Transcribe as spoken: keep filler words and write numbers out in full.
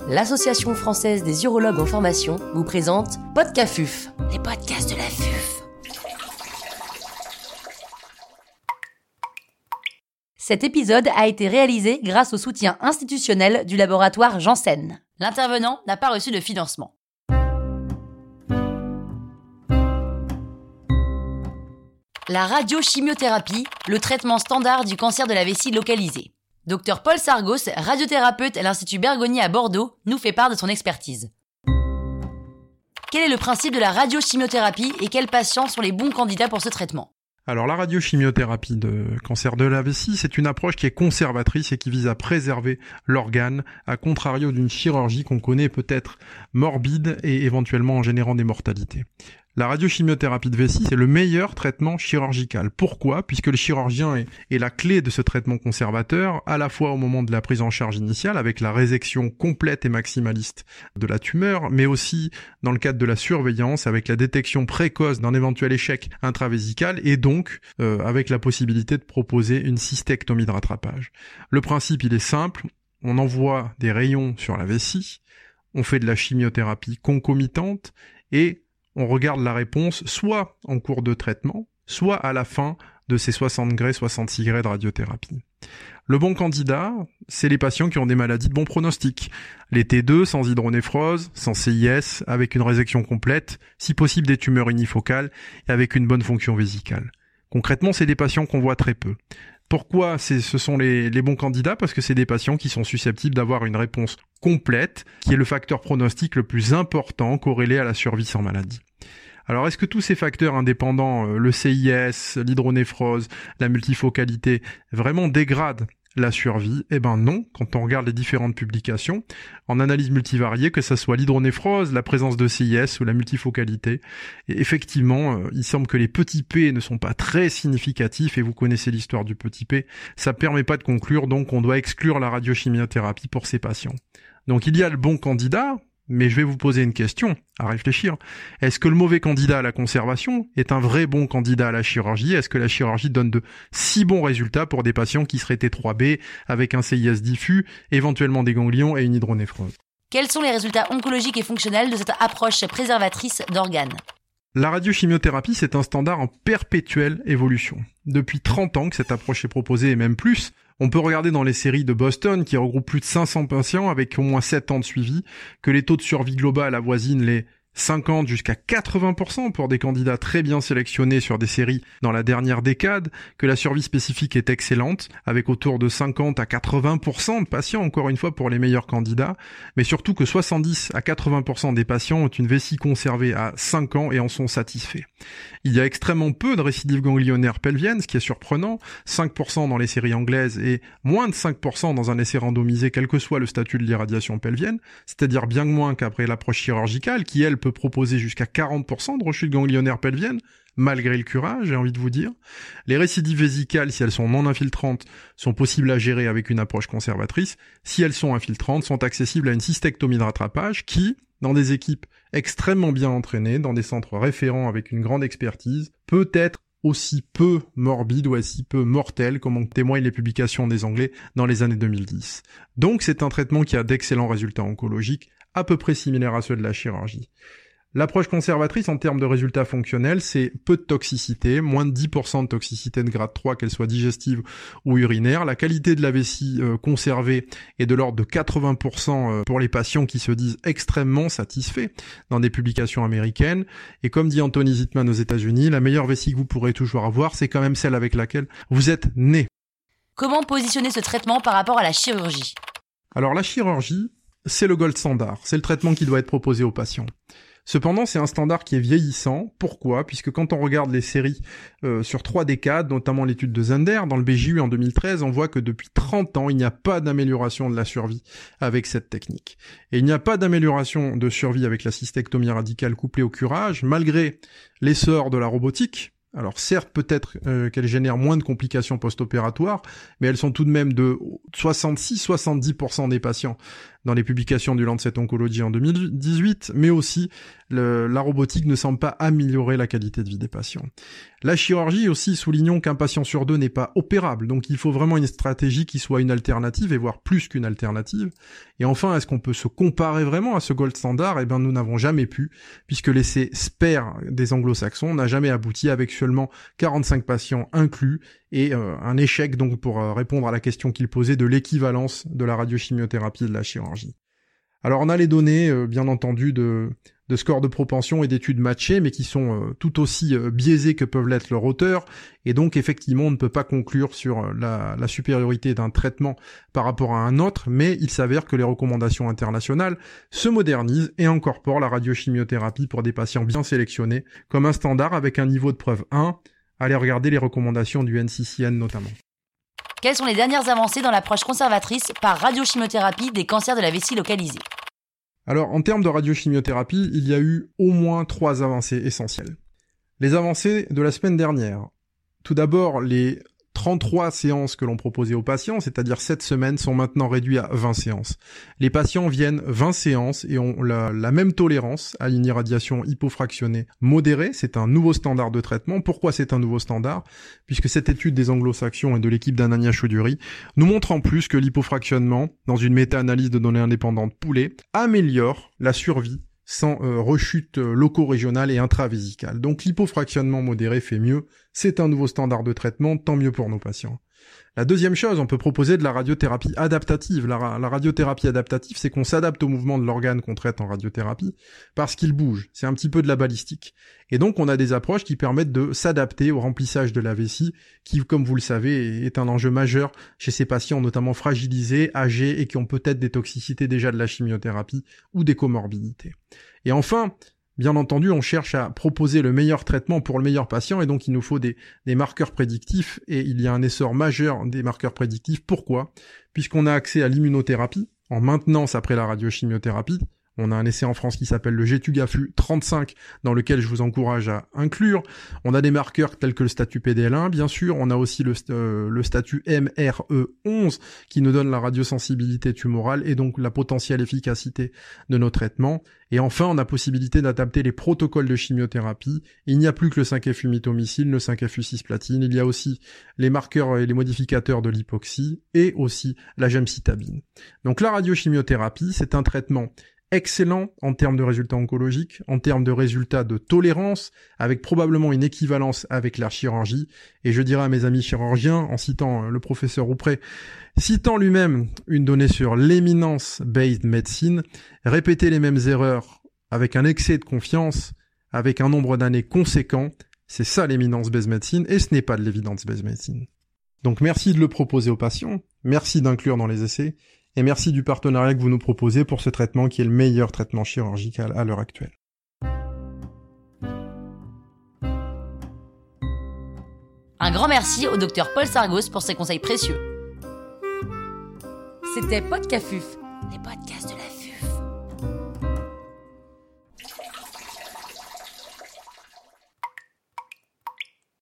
l'Association française des urologues en formation vous présente Podcafuf, les podcasts de la F U F. Cet épisode a été réalisé grâce au soutien institutionnel du laboratoire Janssen. L'intervenant n'a pas reçu de financement. La radiochimiothérapie, le traitement standard du cancer de la vessie localisé. Docteur Paul Sargos, radiothérapeute à l'Institut Bergonié à Bordeaux, nous fait part de son expertise. Quel est le principe de la radiochimiothérapie et quels patients sont les bons candidats pour ce traitement ? Alors la radiochimiothérapie de cancer de la vessie, c'est une approche qui est conservatrice et qui vise à préserver l'organe, à contrario d'une chirurgie qu'on connaît peut-être morbide et éventuellement en générant des mortalités. La radiochimiothérapie de vessie, c'est le meilleur traitement chirurgical. Pourquoi ? Puisque le chirurgien est, est la clé de ce traitement conservateur, à la fois au moment de la prise en charge initiale, avec la résection complète et maximaliste de la tumeur, mais aussi dans le cadre de la surveillance, avec la détection précoce d'un éventuel échec intravésical, et donc euh, avec la possibilité de proposer une cystectomie de rattrapage. Le principe, il est simple, on envoie des rayons sur la vessie, on fait de la chimiothérapie concomitante, et on regarde la réponse soit en cours de traitement, soit à la fin de ces soixante degrés, soixante-six degrés de radiothérapie. Le bon candidat, c'est les patients qui ont des maladies de bon pronostic. Les T deux sans hydronéphrose, sans C I S, avec une résection complète, si possible des tumeurs unifocales et avec une bonne fonction vésicale. Concrètement, c'est des patients qu'on voit très peu. Pourquoi c'est, ce sont les, les bons candidats ? Parce que c'est des patients qui sont susceptibles d'avoir une réponse complète, qui est le facteur pronostic le plus important corrélé à la survie sans maladie. Alors, est-ce que tous ces facteurs indépendants, le C I S, l'hydronéphrose, la multifocalité, vraiment dégradent la survie? Eh ben non, quand on regarde les différentes publications, en analyse multivariée, que ça soit l'hydronéphrose, la présence de C I S ou la multifocalité, et effectivement, euh, il semble que les petits P ne sont pas très significatifs, et vous connaissez l'histoire du petit P, ça permet pas de conclure, donc on doit exclure la radiochimiothérapie pour ces patients. Donc il y a le bon candidat, mais je vais vous poser une question à réfléchir. Est-ce que le mauvais candidat à la conservation est un vrai bon candidat à la chirurgie ? Est-ce que la chirurgie donne de si bons résultats pour des patients qui seraient T trois B avec un C I S diffus, éventuellement des ganglions et une hydronéphrose ? Quels sont les résultats oncologiques et fonctionnels de cette approche préservatrice d'organes ? La radiochimiothérapie, c'est un standard en perpétuelle évolution. Depuis trente ans que cette approche est proposée et même plus. On peut regarder dans les séries de Boston, qui regroupent plus de cinq cents patients avec au moins sept ans de suivi, que les taux de survie globale avoisinent les cinquante jusqu'à quatre-vingts pour cent pour des candidats très bien sélectionnés sur des séries dans la dernière décade, que la survie spécifique est excellente, avec autour de cinquante à quatre-vingts pour cent de patients, encore une fois pour les meilleurs candidats, mais surtout que soixante-dix à quatre-vingts pour cent des patients ont une vessie conservée à cinq ans et en sont satisfaits. Il y a extrêmement peu de récidives ganglionnaires pelviennes, ce qui est surprenant, cinq pour cent dans les séries anglaises et moins de cinq pour cent dans un essai randomisé, quel que soit le statut de l'irradiation pelvienne, c'est-à-dire bien moins qu'après l'approche chirurgicale, qui elle peut proposer jusqu'à quarante pour cent de rechute ganglionnaire pelvienne, malgré le curage, j'ai envie de vous dire. Les récidives vésicales, si elles sont non infiltrantes, sont possibles à gérer avec une approche conservatrice. Si elles sont infiltrantes, sont accessibles à une cystectomie de rattrapage qui, dans des équipes extrêmement bien entraînées, dans des centres référents avec une grande expertise, peut être aussi peu morbide ou aussi peu mortel, comme en témoignent les publications des Anglais dans les années deux mille dix. Donc c'est un traitement qui a d'excellents résultats oncologiques, à peu près similaires à ceux de la chirurgie. L'approche conservatrice en termes de résultats fonctionnels, c'est peu de toxicité, moins de dix pour cent de toxicité de grade trois, qu'elle soit digestive ou urinaire. La qualité de la vessie euh, conservée est de l'ordre de quatre-vingts pour cent euh, pour les patients qui se disent extrêmement satisfaits dans des publications américaines. Et comme dit Anthony Zittman aux États-Unis, la meilleure vessie que vous pourrez toujours avoir, c'est quand même celle avec laquelle vous êtes né. Comment positionner ce traitement par rapport à la chirurgie ? Alors la chirurgie, c'est le gold standard, c'est le traitement qui doit être proposé aux patients. Cependant, c'est un standard qui est vieillissant. Pourquoi ? Puisque quand on regarde les séries euh, sur trois décades, notamment l'étude de Zender, dans le B J U en deux mille treize, on voit que depuis trente ans, il n'y a pas d'amélioration de la survie avec cette technique. Et il n'y a pas d'amélioration de survie avec la cystectomie radicale couplée au curage, malgré l'essor de la robotique. Alors certes, peut-être euh, qu'elles génèrent moins de complications post-opératoires, mais elles sont tout de même de soixante-six à soixante-dix pour cent des patients dans les publications du Lancet Oncology en deux mille dix-huit, mais aussi le, la robotique ne semble pas améliorer la qualité de vie des patients. La chirurgie aussi, soulignons qu'un patient sur deux n'est pas opérable, donc il faut vraiment une stratégie qui soit une alternative, et voire plus qu'une alternative. Et enfin, est-ce qu'on peut se comparer vraiment à ce gold standard ? Eh bien, nous n'avons jamais pu, puisque l'essai S P E R des anglo-saxons n'a jamais abouti, avec seulement quarante-cinq patients inclus, et euh, un échec donc pour euh, répondre à la question qu'il posait de l'équivalence de la radiochimiothérapie et de la chirurgie. Alors on a les données, euh, bien entendu, de, de scores de propension et d'études matchées, mais qui sont euh, tout aussi euh, biaisées que peuvent l'être leurs auteurs, et donc effectivement on ne peut pas conclure sur euh, la, la supériorité d'un traitement par rapport à un autre, mais il s'avère que les recommandations internationales se modernisent et incorporent la radiochimiothérapie pour des patients bien sélectionnés comme un standard avec un niveau de preuve un. Allez regarder les recommandations du N C C N notamment. Quelles sont les dernières avancées dans l'approche conservatrice par radiochimiothérapie des cancers de la vessie localisés ? Alors, en termes de radiochimiothérapie, il y a eu au moins trois avancées essentielles. Les avancées de la semaine dernière. Tout d'abord, les trente-trois séances que l'on proposait aux patients, c'est-à-dire sept semaines, sont maintenant réduites à vingt séances. Les patients viennent vingt séances et ont la, la même tolérance à une irradiation hypofractionnée modérée. C'est un nouveau standard de traitement. Pourquoi c'est un nouveau standard ? Puisque cette étude des anglo-saxons et de l'équipe d'Anania Chaudhuri nous montre en plus que l'hypofractionnement, dans une méta-analyse de données indépendantes poulet, améliore la survie sans euh, rechute euh, loco-régionale et intravésicale. Donc l'hypofractionnement modéré fait mieux, c'est un nouveau standard de traitement, tant mieux pour nos patients. La deuxième chose, on peut proposer de la radiothérapie adaptative. La, la radiothérapie adaptative, c'est qu'on s'adapte au mouvement de l'organe qu'on traite en radiothérapie parce qu'il bouge. C'est un petit peu de la balistique. Et donc, on a des approches qui permettent de s'adapter au remplissage de la vessie, qui, comme vous le savez, est un enjeu majeur chez ces patients, notamment fragilisés, âgés et qui ont peut-être des toxicités déjà de la chimiothérapie ou des comorbidités. Et enfin, bien entendu, on cherche à proposer le meilleur traitement pour le meilleur patient et donc il nous faut des, des marqueurs prédictifs et il y a un essor majeur des marqueurs prédictifs. Pourquoi ? Puisqu'on a accès à l'immunothérapie en maintenance après la radiochimiothérapie. On a un essai en France qui s'appelle le G-Tugaflu trente-cinq, dans lequel je vous encourage à inclure. On a des marqueurs tels que le statut P D L un, bien sûr. On a aussi le, euh, le statut M R E onze, qui nous donne la radiosensibilité tumorale et donc la potentielle efficacité de nos traitements. Et enfin, on a possibilité d'adapter les protocoles de chimiothérapie. Il n'y a plus que le cinq F U mitomycine, le cinq F U cisplatin. Il y a aussi les marqueurs et les modificateurs de l'hypoxie et aussi la gemcitabine. Donc la radiochimiothérapie, c'est un traitement excellent en termes de résultats oncologiques, en termes de résultats de tolérance, avec probablement une équivalence avec la chirurgie. Et je dirais à mes amis chirurgiens, en citant le professeur Houprey, citant lui-même une donnée sur l'eminence-based medicine, répéter les mêmes erreurs avec un excès de confiance, avec un nombre d'années conséquent, c'est ça l'éminence-based medicine, et ce n'est pas de l'évidence-based medicine. Donc merci de le proposer aux patients, merci d'inclure dans les essais, et merci du partenariat que vous nous proposez pour ce traitement qui est le meilleur traitement chirurgical à l'heure actuelle. Un grand merci au docteur Paul Sargos pour ses conseils précieux. C'était Podcafuf, les podcasts de